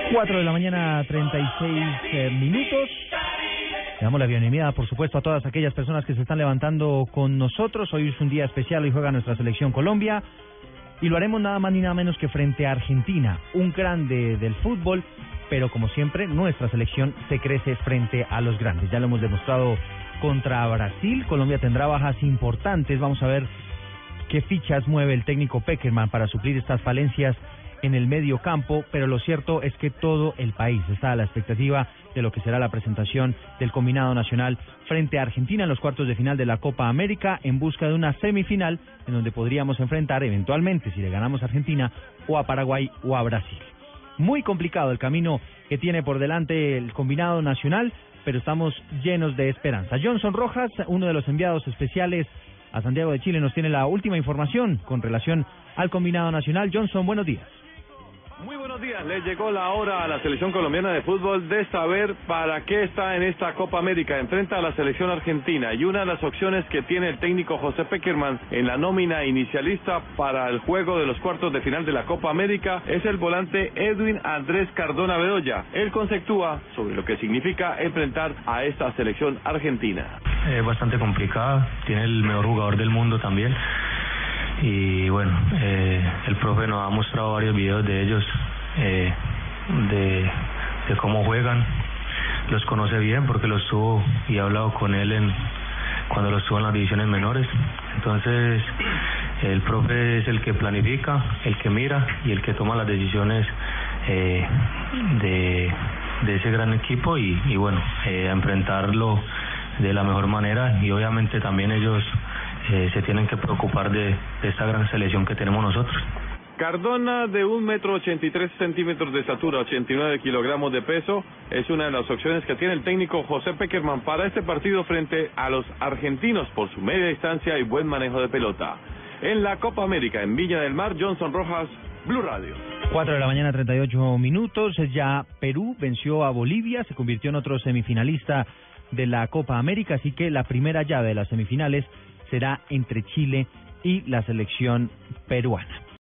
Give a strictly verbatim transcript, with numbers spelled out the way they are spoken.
Cuatro de la mañana, treinta y seis eh, minutos. Le damos la bienvenida, por supuesto, a todas aquellas personas que se están levantando con nosotros. Hoy es un día especial, hoy juega nuestra selección Colombia. Y lo haremos nada más ni nada menos que frente a Argentina, un grande del fútbol, pero como siempre, nuestra selección se crece frente a los grandes. Ya lo hemos demostrado contra Brasil. Colombia tendrá bajas importantes. Vamos a ver qué fichas mueve el técnico Pekerman para suplir estas falencias en el medio campo, pero lo cierto es que todo el país está a la expectativa de lo que será la presentación del combinado nacional frente a Argentina en los cuartos de final de la Copa América, en busca de una semifinal en donde podríamos enfrentar eventualmente, si le ganamos a Argentina, o a Paraguay o a Brasil. Muy complicado el camino que tiene por delante el combinado nacional, pero estamos llenos de esperanza. Johnson Rojas, uno de los enviados especiales a Santiago de Chile, nos tiene la última información con relación al combinado nacional. Johnson, buenos días. Muy buenos días, le llegó la hora a la selección colombiana de fútbol de saber para qué está en esta Copa América. Enfrenta a la selección argentina y una de las opciones que tiene el técnico José Pekerman en la nómina inicialista para el juego de los cuartos de final de la Copa América es el volante Edwin Andrés Cardona Bedoya. Él conceptúa sobre lo que significa enfrentar a esta selección argentina. Es bastante complicada, tiene el mejor jugador del mundo también. Y bueno, eh, el profe nos ha mostrado varios videos de ellos, eh, de, de cómo juegan. Los conoce bien porque los tuvo y he hablado con él en cuando los tuvo en las divisiones menores. Entonces el profe es el que planifica, el que mira y el que toma las decisiones eh, de, de ese gran equipo y, y bueno, eh, a enfrentarlo de la mejor manera. Y obviamente también ellos Eh, se tienen que preocupar de, de esta gran selección que tenemos nosotros. Cardona, de un metro ochenta y tres centímetros de estatura, ochenta y nueve kilogramos de peso, es una de las opciones que tiene el técnico José Pekerman para este partido frente a los argentinos por su media distancia y buen manejo de pelota. En la Copa América, en Viña del Mar, Johnson Rojas, Blue Radio. Cuatro de la mañana, treinta y ocho minutos. Ya Perú venció a Bolivia, se convirtió en otro semifinalista de la Copa América, así que la primera llave de las semifinales será entre Chile y la selección peruana.